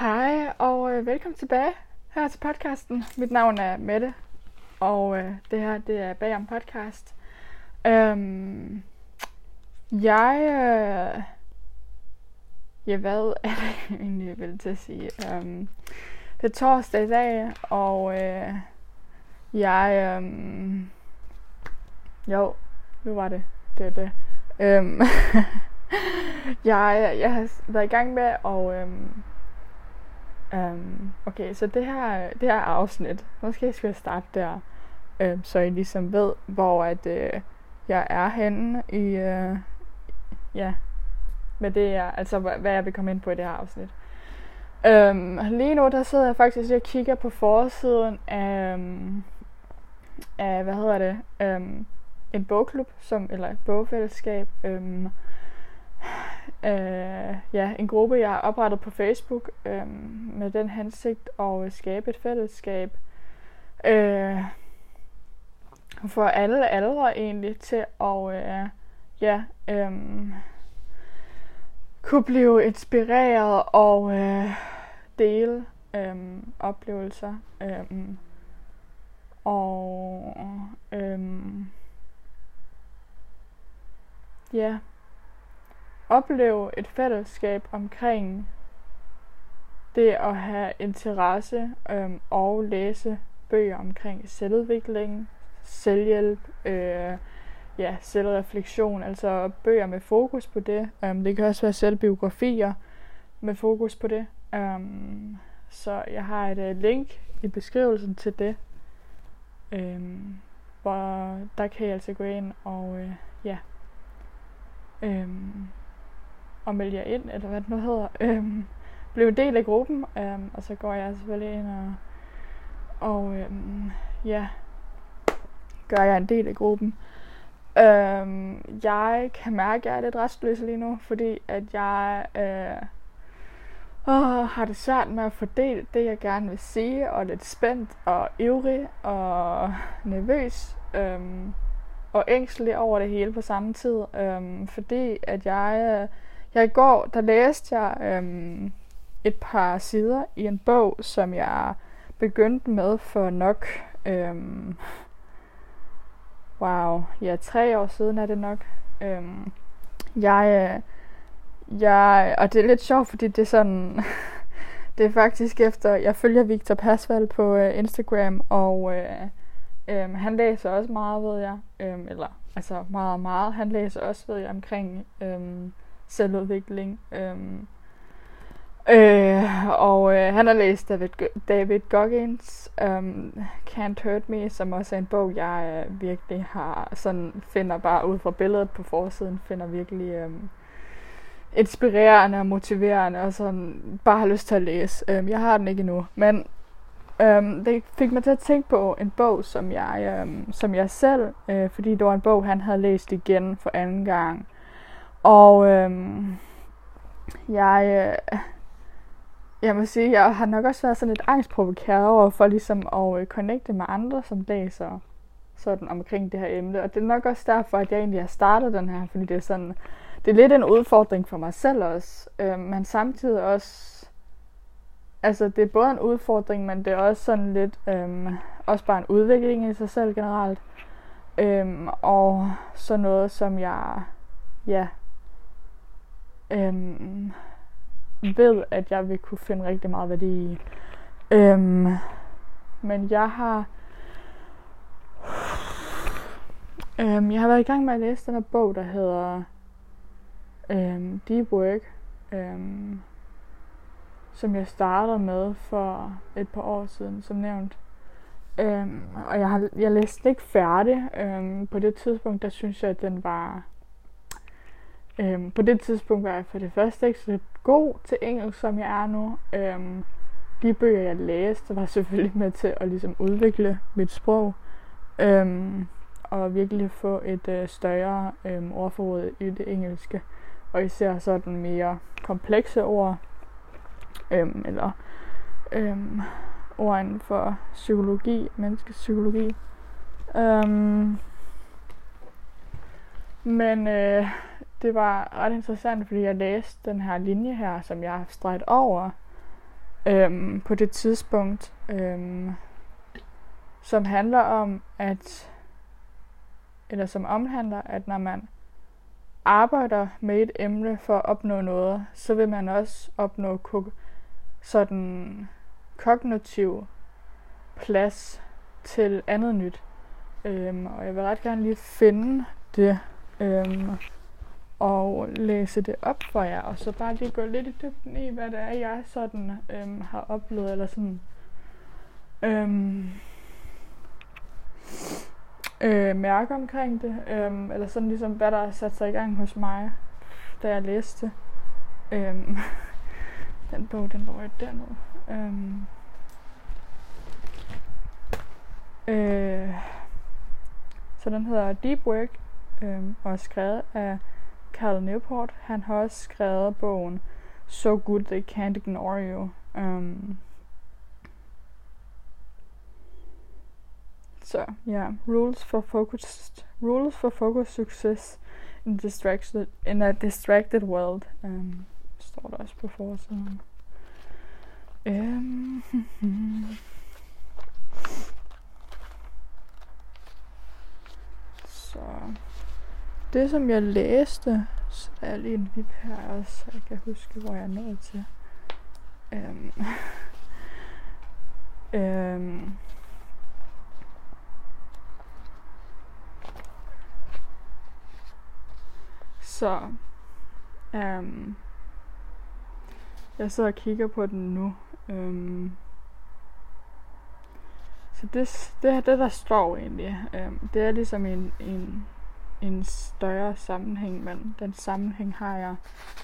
Hej og velkommen tilbage her til podcasten. Mit navn er Mette, og det her det er Bagom Podcast. Hvad er det egentlig, jeg vil til at sige? Det er torsdag i dag, og nu var det. Det er det. Jeg har været i gang med at okay, så det her afsnit, måske skal jeg starte der, så I ligesom ved, hvor jeg er henne i, med det altså hvad jeg vil komme ind på i det her afsnit. Lige nu, der sidder jeg faktisk lige og kigger på forsiden af en bogklub, eller et bogfællesskab, en gruppe, jeg har oprettet på Facebook, med den hensigt at skabe et fællesskab for alle aldre egentlig, til at kunne blive inspireret og dele oplevelser opleve et fællesskab omkring det at have interesse og læse bøger omkring selvudvikling, selvhjælp, selvreflektion, altså bøger med fokus på det. Det kan også være selvbiografier med fokus på det. Så jeg har et link i beskrivelsen til det, hvor der kan I altså gå ind og og melde jer ind, eller hvad det nu hedder, blive en del af gruppen, og så går jeg selvfølgelig ind og gør jeg en del af gruppen. Jeg kan mærke, at jeg er lidt restløs lige nu, fordi at jeg har det svært med at fordele det, jeg gerne vil sige, og lidt spændt og ivrig og nervøs og ængstelig over det hele på samme tid, fordi at jeg i går, der læste jeg et par sider i en bog, som jeg begyndte med for nok 3 år siden er det nok. Og det er lidt sjovt, fordi det er sådan det er faktisk efter, jeg følger Victor Pasval på Instagram, og han læser også meget, ved jeg, meget, han læser også, ved jeg, omkring selvudvikling, han har læst David Goggins Can't Hurt Me, som også er en bog, jeg virkelig finder bare ud fra billedet på forsiden, finder virkelig inspirerende og motiverende, og sådan bare har lyst til at læse. Jeg har den ikke endnu, men det fik mig til at tænke på en bog, som jeg selv, fordi det var en bog, han havde læst igen for anden gang. Og jeg må sige, jeg har nok også været sådan lidt angstprovokeret over for ligesom at connecte med andre, som læser sådan omkring det her emne. Og det er nok også derfor, at jeg egentlig har startet den her, fordi det er lidt en udfordring for mig selv også. Men samtidig også, altså det er både en udfordring, men det er også sådan lidt, også bare en udvikling i sig selv generelt. Og så noget, som jeg, ved, at jeg vil kunne finde rigtig meget værdi i. Men jeg har været i gang med at læse den her bog, der hedder Deep Work, som jeg startede med for et par år siden, som nævnt. Og jeg læste ikke færdig. På det tidspunkt, der synes jeg, at den var på det tidspunkt var jeg for det første ikke så god til engelsk, som jeg er nu. De bøger, jeg læste, var selvfølgelig med til at ligesom udvikle mit sprog. Og virkelig få et større ordforråd i det engelske. Og især sådan mere komplekse ord. Ord inden for psykologi, menneskepsykologi. Men det var ret interessant, fordi jeg læste den her linje her, som jeg har streget over på det tidspunkt, som handler om, som omhandler, at når man arbejder med et emne for at opnå noget, så vil man også opnå sådan kognitiv plads til andet nyt. Og jeg vil ret gerne lige finde det og læse det op for jer, og så bare lige gå lidt i dybden i, hvad det er, jeg sådan har oplevet, eller sådan mærke omkring det, eller sådan ligesom, hvad der er sat sig i gang hos mig, da jeg læste den bog, den var jo dernede. Så den hedder Deep Work, og er skrevet af Cal Newport. Han har også skrevet bogen So Good They Can't Ignore You. Så ja, Rules for Focused Success in a Distracted World. Står der også på forsiden. Så det, som jeg læste, så er jeg lige en vip her også, så jeg kan huske, hvor jeg er nået til. Så jeg sidder og kigger på den nu. Så det der står egentlig, det er ligesom en større sammenhæng, men den sammenhæng har jeg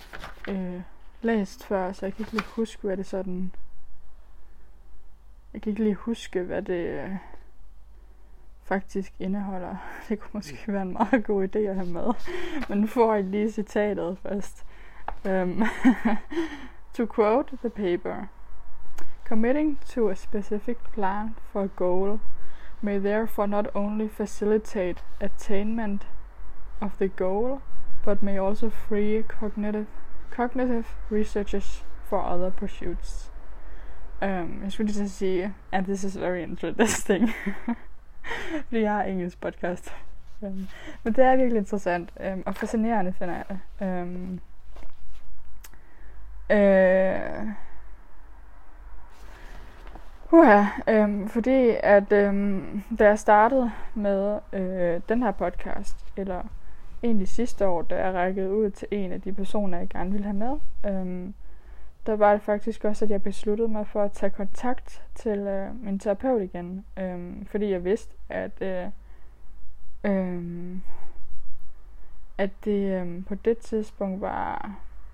læst før, så jeg kan ikke lige huske, hvad det sådan. Jeg kan ikke lige huske, hvad det faktisk indeholder. Det kunne måske være en meget god idé at have med, men nu får jeg lige citatet først. To quote the paper. Committing to a specific plan for a goal may therefore not only facilitate attainment of the goal, but may also free cognitive researchers for other pursuits. Jeg skulle lige sige, and this is very interesting, fordi jeg har engelsk podcast. Men det er virkelig interessant, og fascinerende finder jeg det. Fordi at da jeg startede med den her podcast, eller egentlig sidste år, da jeg rækkede ud til en af de personer, jeg gerne ville have med, der var det faktisk også, at jeg besluttede mig for at tage kontakt til min terapeut igen, fordi jeg vidste, at det på det tidspunkt var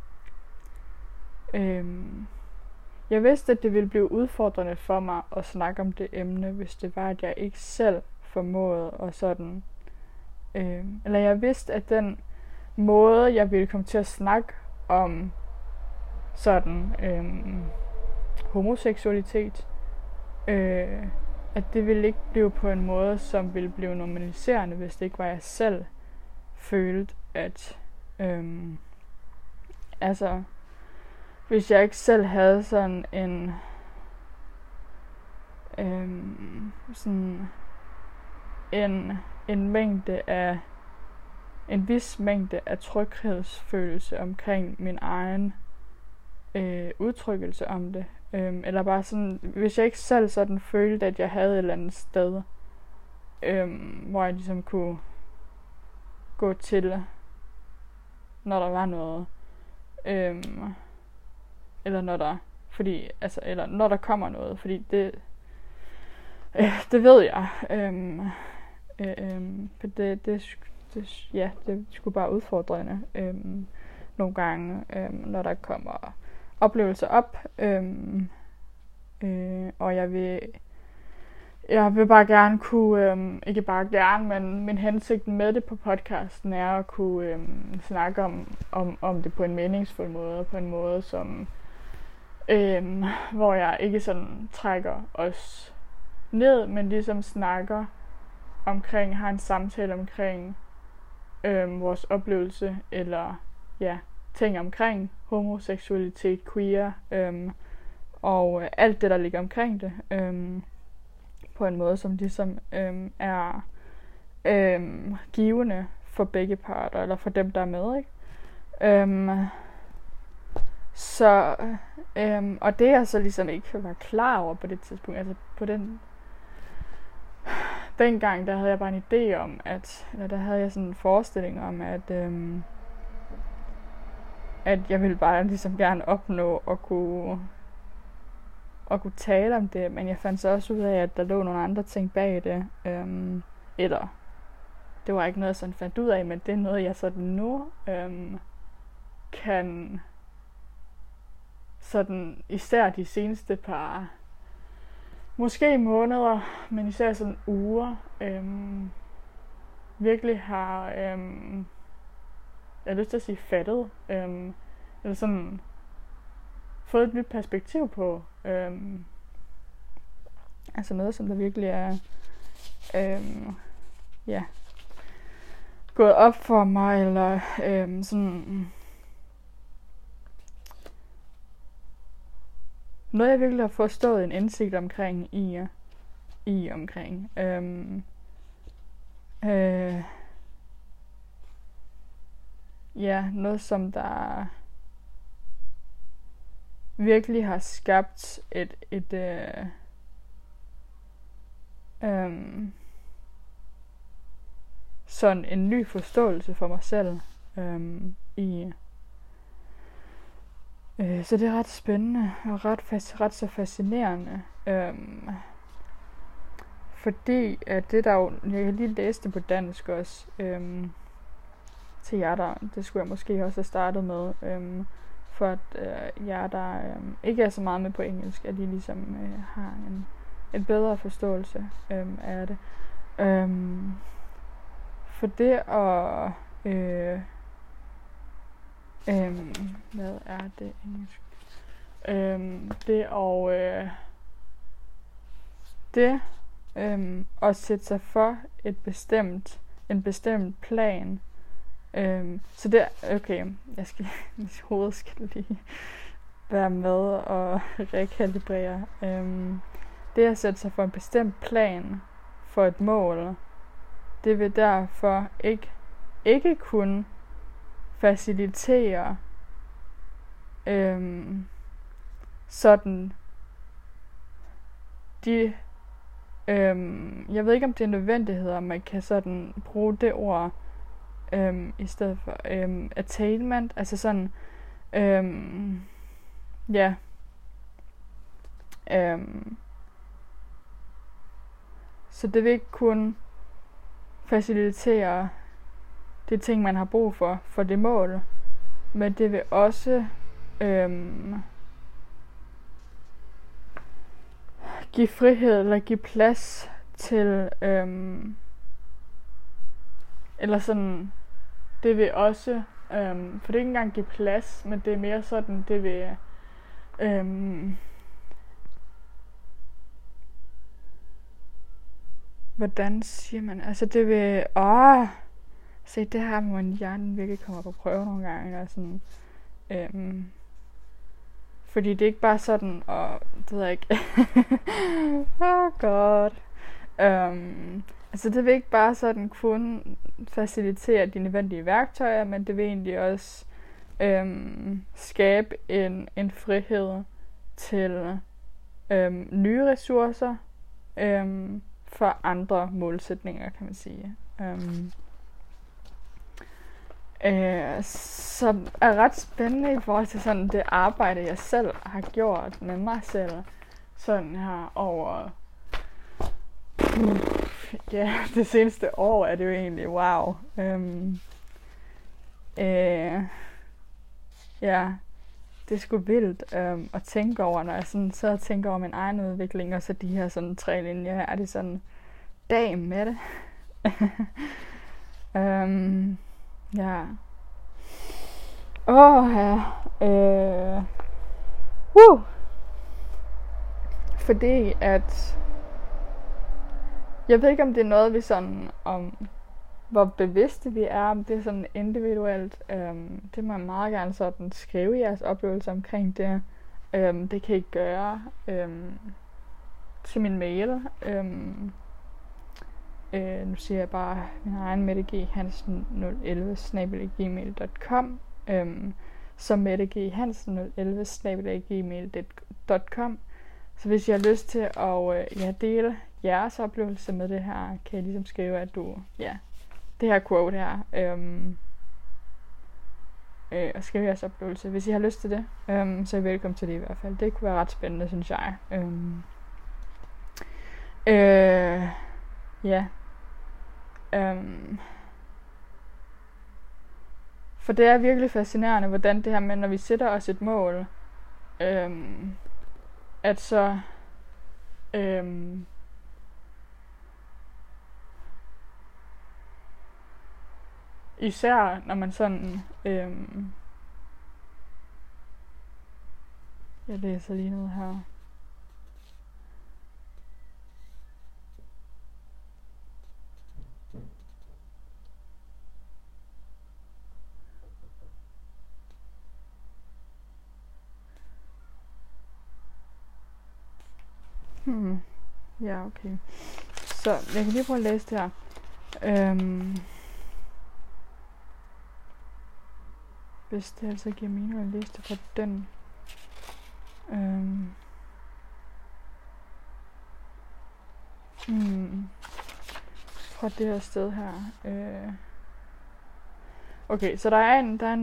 jeg vidste, at det ville blive udfordrende for mig at snakke om det emne, hvis det var, at jeg ikke selv formåede og sådan. Eller jeg vidste, at den måde, jeg ville komme til at snakke om sådan homoseksualitet, at det ville ikke blive på en måde, som ville blive normaliserende, hvis det ikke var jeg selv følte, at hvis jeg ikke selv havde sådan en vis mængde af tryghedsfølelse omkring min egen udtrykkelse om det, eller bare sådan, hvis jeg ikke selv sådan følte, at jeg havde et eller andet sted, hvor jeg ligesom kunne gå til, når der var noget, eller når der kommer noget, fordi det ved jeg, det skulle bare udfordrende nogle gange, når der kommer oplevelser op, og jeg vil bare gerne kunne, ikke bare gerne, men min hensigt med det på podcasten er at kunne snakke om det på en meningsfuld måde, på en måde, som hvor jeg ikke sådan trækker os ned, men ligesom snakker omkring, har en samtale omkring vores oplevelse, eller ting omkring homoseksualitet, queer, og alt det, der ligger omkring det, på en måde, som ligesom er givende for begge parter, eller for dem, der er med, ikke? Og det jeg så ligesom ikke var klar over på det tidspunkt, altså på dengang, der havde jeg bare en idé om, der havde jeg sådan en forestilling om, at jeg ville bare ligesom gerne opnå at kunne tale om det, men jeg fandt så også ud af, at der lå nogle andre ting bag det, eller det var ikke noget, jeg sådan fandt ud af, men det er noget, jeg sådan nu kan sådan, især de seneste par, måske måneder, men især sådan uger, virkelig har, jeg har lyst til at sige fattet, eller sådan fået et nyt perspektiv på, altså noget, som der virkelig er, gået op for mig, eller sådan noget, jeg virkelig har forstået en indsigt omkring noget, som der virkelig har skabt sådan en ny forståelse for mig selv så det er ret spændende og ret så fascinerende, fordi at det der jo, jeg kan lige læse det på dansk også, til jer der, det skulle jeg måske også have startet med, for at jer der ikke er så meget med på engelsk, at I ligesom har en bedre forståelse af det. For det at hvad er det engelsk? At sætte sig for en bestemt plan. Så det okay, mit hoved skal lige være med og rekalibrere. Det at sætte sig for en bestemt plan for et mål, det vil derfor ikke kun facilitere sådan de jeg ved ikke om det er nødvendigheder, man kan sådan bruge det ord i stedet for attainment, altså sådan så det vil ikke kun facilitere de ting, man har brug for det mål, men det vil også give frihed eller give plads til eller sådan, det vil også for det er ikke engang give plads, men det er mere sådan, det vil hvordan siger man, altså det vil se, det her må en hjerne virkelig komme op og prøve nogle gange, og sådan, fordi det er ikke bare sådan, og det ved jeg ikke, god, altså det vil ikke bare sådan kun facilitere de nødvendige værktøjer, men det vil egentlig også skabe en frihed til nye ressourcer for andre målsætninger, kan man sige. Som er ret spændende i forhold til sådan det arbejde, jeg selv har gjort med mig selv, sådan her over det seneste år er det jo egentlig wow. Det er sgu vildt at tænke over, når jeg sådan sidder og tænker over min egen udvikling, og så de her sådan 3 linjer her, er det sådan dag med det. Fordi at jeg ved ikke, om det er noget, vi sådan om hvor bevidste vi er, om det er sådan individuelt. Det må jeg meget gerne sådan skrive jeres oplevelser omkring det. Det kan I gøre til min mail. Nu siger jeg bare min egen Mette G. Hansen 011@gmail.com. Så Mette G. Hansen 011@gmail.com. Så hvis I har lyst til at dele jeres oplevelse med det her, kan I ligesom skrive, at det her quote her, og skrive jeres oplevelse. Hvis I har lyst til det, så er I velkommen til det i hvert fald. Det kunne være ret spændende, synes jeg. For det er virkelig fascinerende, hvordan det her med, når vi sætter os et mål, at så især når man sådan jeg læser lige noget her. Ja, okay. Så jeg kan lige prøve at læse det her. Hvis det altså giver mening at læse det fra den. Fra det her sted her. Okay, så der er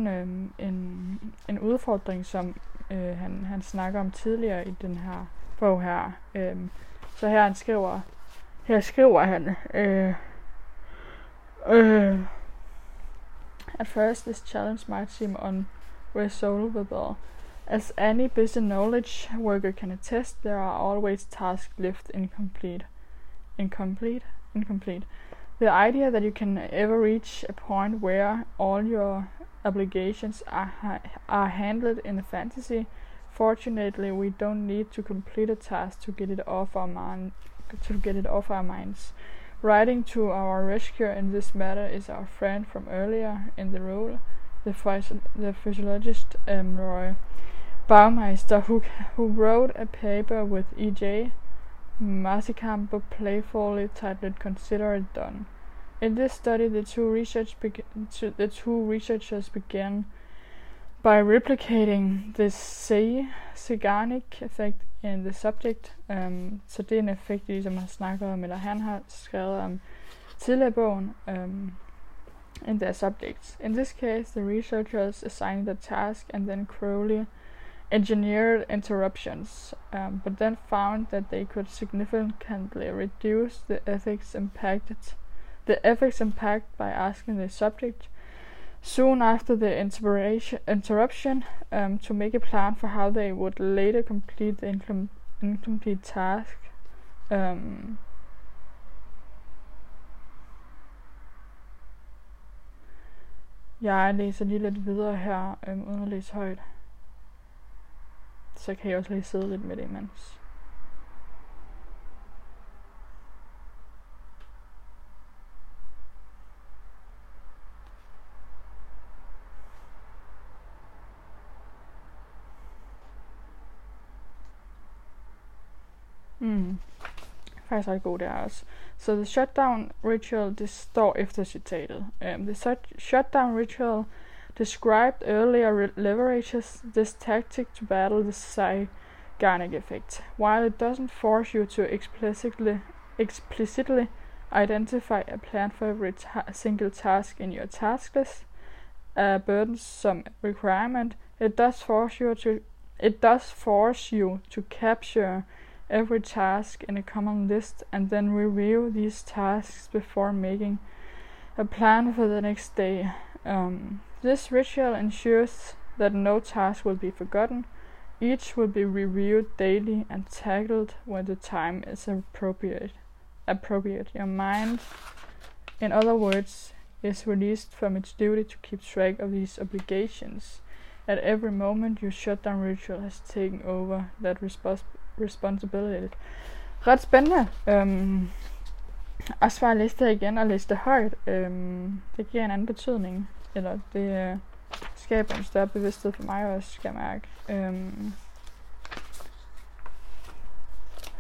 en udfordring, som han snakker om tidligere i den her bog her. Så her skriver han, at first this challenge might seem unresolvable. As any busy knowledge worker can attest, there are always tasks left incomplete. The idea that you can ever reach a point where all your obligations are handled in a fantasy. Fortunately, we don't need to complete a task to get it off our minds. Writing to our rescue in this matter is our friend from earlier in the role, the physiologist Roy Baumeister, who wrote a paper with E.J. Marzikamp, playfully titled "Consider It Done." In this study, the two researchers began by replicating the Zeigarnik effect in the subject. Så det er en effekt, de ligesom har snakket om, eller han har skrevet om tidligere i bogen, in their subjects. In this case, the researchers assigned a task and then Crowley engineered interruptions, but then found that they could significantly reduce the effects impact by asking the subject soon after the interruption to make a plan for how they would later complete the incomplete task. Jeg læser lige lidt videre her, uden at læse højt. Så kan jeg også lige sidde lidt med det imens. Faktisk ret god der også. So the shutdown ritual, det står efter citatet. The shutdown ritual described earlier leverages this tactic to battle the Zeigarnik effect. While it doesn't force you to explicitly identify a plan for every single task in your task list, a burdensome requirement, it does force you to capture every task in a common list and then review these tasks before making a plan for the next day. This ritual ensures that no task will be forgotten. Each will be reviewed daily and tackled when the time is appropriate. Your mind, in other words, is released from its duty to keep track of these obligations. At every moment, your shutdown ritual has taken over that responsibility. Ret spændende. Også bare læse det igen og læse det højt. Det giver en anden betydning. Eller det skaber en større bevidsthed for mig også, skal jeg mærke.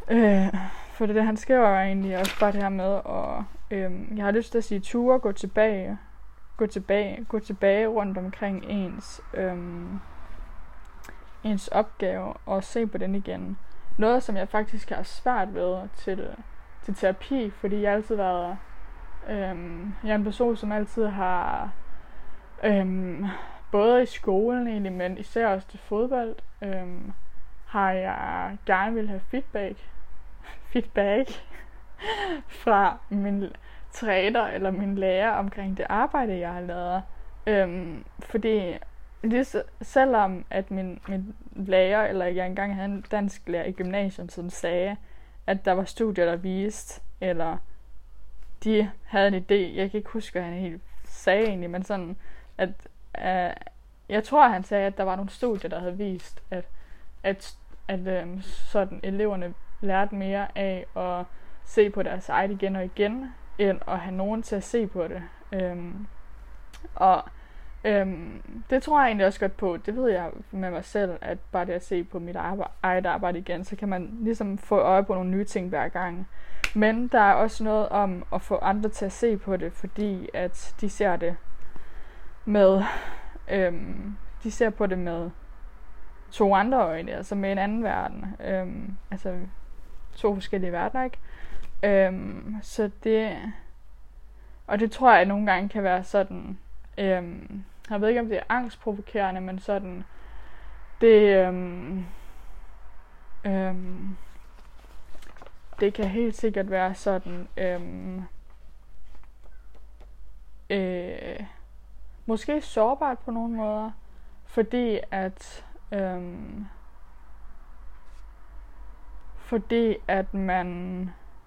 For det han skriver jo egentlig også bare det her med, og jeg har lyst til at sige ture, gå tilbage rundt omkring ens opgave og se på den igen. Noget, som jeg faktisk har svært ved til terapi, fordi jeg har altid været jeg er en person, som altid har både i skolen egentlig, men især også til fodbold, har jeg gerne vil have feedback fra min træner eller min lærer omkring det arbejde, jeg har lavet. Fordi selvom at min lærer, eller jeg engang havde en dansk lærer i gymnasiet, som sagde, at der var studier, der viste, eller de havde en idé, jeg kan ikke huske, hvad han helt sagde egentlig, men sådan, at jeg tror, han sagde, at der var nogle studier, der havde vist, at sådan eleverne lærte mere af at se på deres eget igen og igen, end at have nogen til at se på det. Det tror jeg egentlig også godt på. Det ved jeg med mig selv, at bare det at se på mit eget arbejde igen, så kan man ligesom få øje på nogle nye ting hver gang. Men der er også noget om at få andre til at se på det, fordi at de ser det med to andre øjne, altså med en anden verden. Altså to forskellige verdener, ikke? Så det tror jeg nogle gange kan være sådan, jeg ved ikke om det er angstprovokerende, men sådan, det kan helt sikkert være sådan, måske sårbart på nogle måder, fordi at man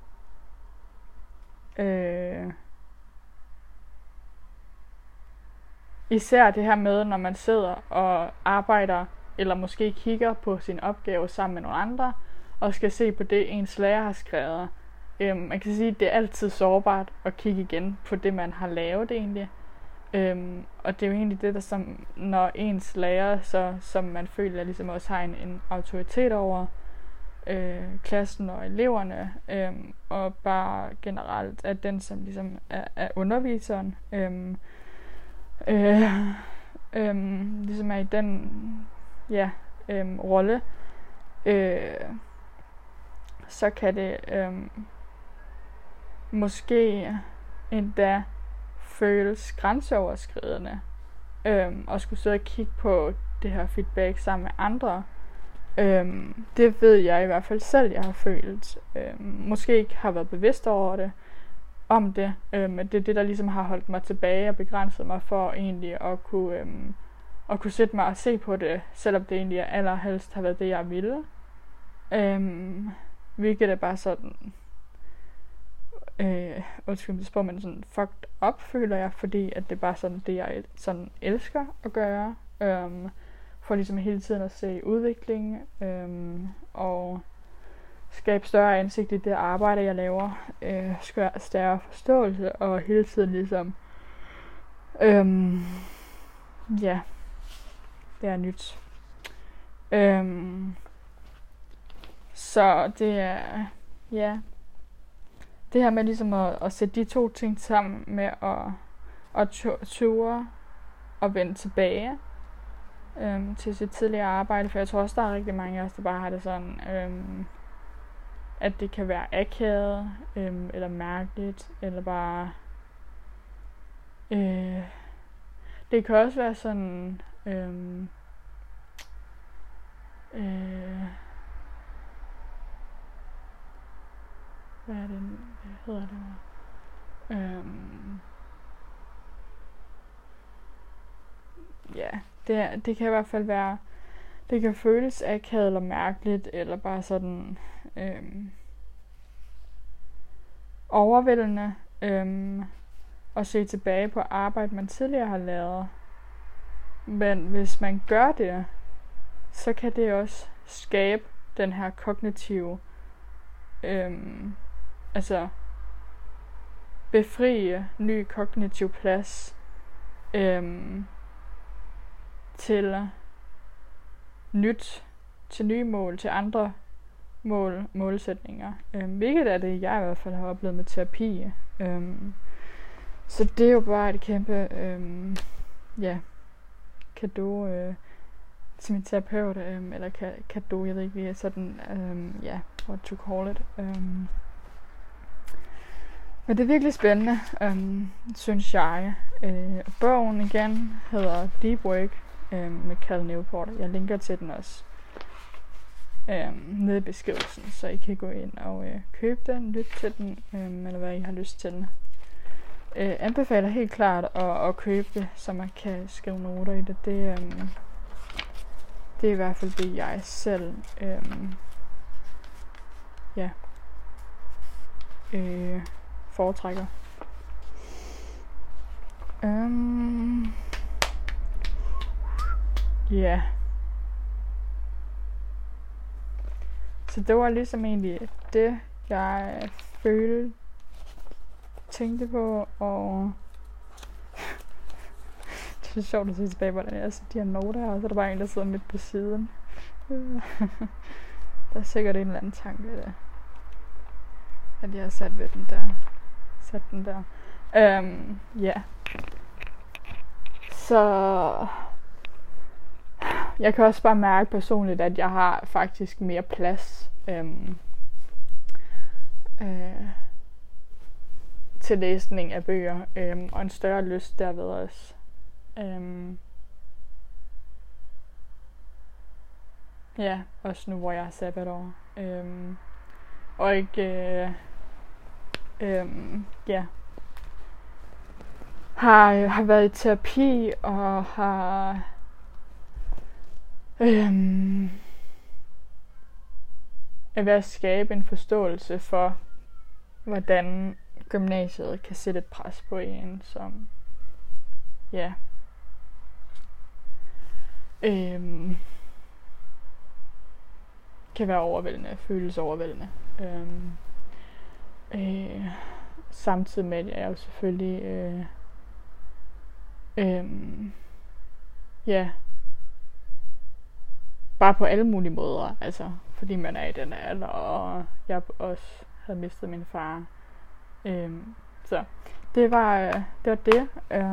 især det her med, når man sidder og arbejder, eller måske kigger på sin opgave sammen med nogle andre, og skal se på det, ens lærer har skrevet. Man kan sige, at det er altid sårbart at kigge igen på det, man har lavet egentlig. Og det er jo egentlig det, der som, når ens lærer, så, som man føler ligesom også har en autoritet over klassen og eleverne, og bare generelt er den, som ligesom er underviseren, ligesom er i den rolle, så kan det måske endda føles grænseoverskridende og skulle sidde og kigge på det her feedback sammen med andre. Det ved jeg i hvert fald selv, jeg har følt. Måske ikke har været bevidst over det, men det er det, der ligesom har holdt mig tilbage og begrænset mig for egentlig at kunne sætte mig og se på det, selvom det egentlig allerhelst har været det, jeg ville. Hvilket er bare sådan, undskyld det spørger, men sådan fucked up, føler jeg, fordi at det er bare sådan det, jeg sådan elsker at gøre. For ligesom hele tiden at se udvikling, og skabe større indsigt i det arbejde, jeg laver, større forståelse, og hele tiden ligesom, det er nyt. Så det er, det her med ligesom at sætte de to ting sammen med at ture og vende tilbage til sit tidligere arbejde, for jeg tror også, der er rigtig mange af os, der bare har det sådan, at det kan være akavet, eller mærkeligt, eller bare, det kan også være sådan, hvad er det, hvad hedder det? Det kan i hvert fald være, det kan føles akavet eller mærkeligt, eller bare sådan overvældende at se tilbage på arbejde, man tidligere har lavet. Men hvis man gør det, så kan det også skabe den her kognitive, altså befrie ny kognitiv plads til nye mål, til andre målsætninger. Hvilket er det, jeg i hvert fald har oplevet med terapi. Så det er jo bare et kæmpe cadeau til min terapeut, eller cadeau, jeg ved ikke, lige sådan, what to call it. Men det er virkelig spændende, synes jeg. Bogen igen hedder Deep Work med Cal Newport. Jeg linker til den også nede i beskrivelsen, så I kan gå ind og købe den, lytte til den, eller hvad I har lyst til. Anbefaler helt klart at købe det, så man kan skrive noter i det. Det er i hvert fald det, jeg selv foretrækker. Så det var ligesom egentlig det, jeg tænkte på, og det er sjovt at se tilbage, hvordan jeg ser de her noter her, og så er der bare en, der sidder midt på siden. Der er sikkert en eller anden tanke ved det, at jeg har sat den der. Så jeg kan også bare mærke personligt, at jeg har faktisk mere plads til læsning af bøger, og en større lyst derved også. Også nu hvor jeg har sabbatår. Og ikke har været i terapi og har at være at skabe en forståelse for, hvordan gymnasiet kan sætte et pres på en, som kan være overvældende, føles overvældende. Samtidig med, at jeg jo selvfølgelig bare på alle mulige måder, altså fordi man er i den alder, og jeg også havde mistet min far. Så det var det.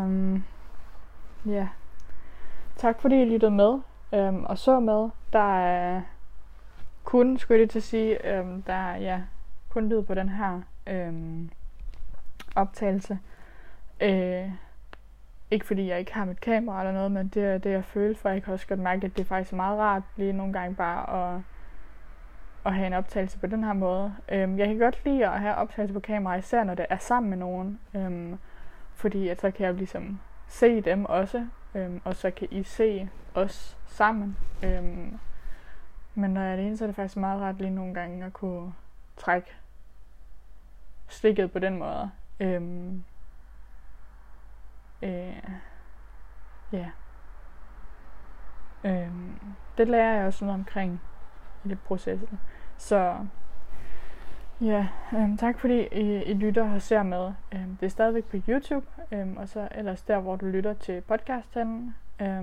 Tak fordi I lyttede med og så med. Der er kun, skulle jeg lige til at sige, der er kun lyd på den her optagelse. Ikke fordi jeg ikke har mit kamera eller noget, men det er det, jeg føler, for jeg kan også godt mærke, at det er faktisk meget rart lige nogle gange bare at have en optagelse på den her måde. Jeg kan godt lide at have optagelse på kamera, især når det er sammen med nogen, fordi at så kan jeg ligesom se dem også, og så kan I se os sammen. Men når jeg er alene, så er det faktisk meget rart lige nogle gange at kunne trække stikket på den måde. Det lærer jeg også noget omkring i det processen. Så tak fordi I lytter og ser med. Det er stadigvæk på YouTube, og så ellers der, hvor du lytter til podcasten.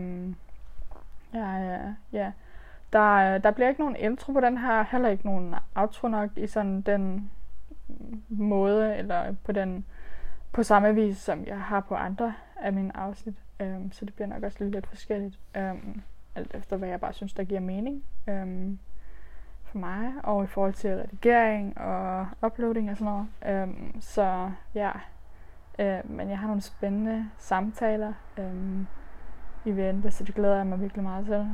Der bliver ikke nogen intro på den her, heller ikke nogen outro nok i sådan den måde, eller på samme vis, som jeg har på andre af mine afsnit. Så det bliver nok også lidt forskelligt, alt efter hvad jeg bare synes, der giver mening for mig, og i forhold til redigering og uploading og sådan noget. Men jeg har nogle spændende samtaler i vente, så det glæder jeg mig virkelig meget til.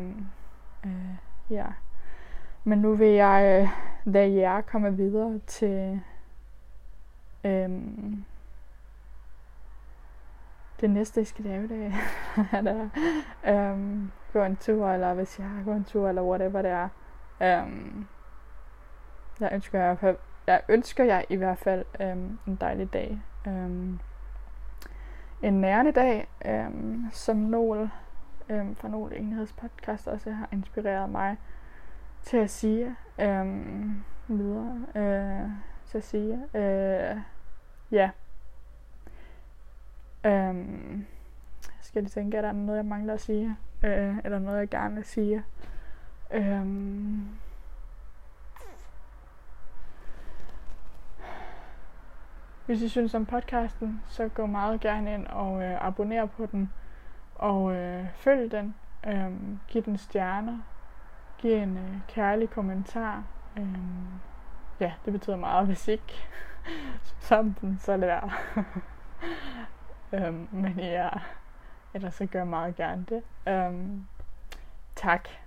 Men nu vil jeg lade jer komme videre til det næste, jeg skal lave i dag. Gå en tur, eller hvis jeg har gået en tur, eller whatever det er. Jeg ønsker jer i hvert fald en dejlig dag. En nærende dag, som Noel fra Noel Enhedspodcast også har inspireret mig til at sige videre. Til at sige jeg skal lige tænke, at der er noget, jeg mangler at sige, eller noget, jeg gerne vil sige. Hvis I synes om podcasten, så gå meget gerne ind og abonner på den, og følg den. Giv den stjerner. Giv en kærlig kommentar. Ja, det betyder meget. Hvis ikke som den, så lad være. Men ja, ellers så gør jeg meget gerne det. Tak.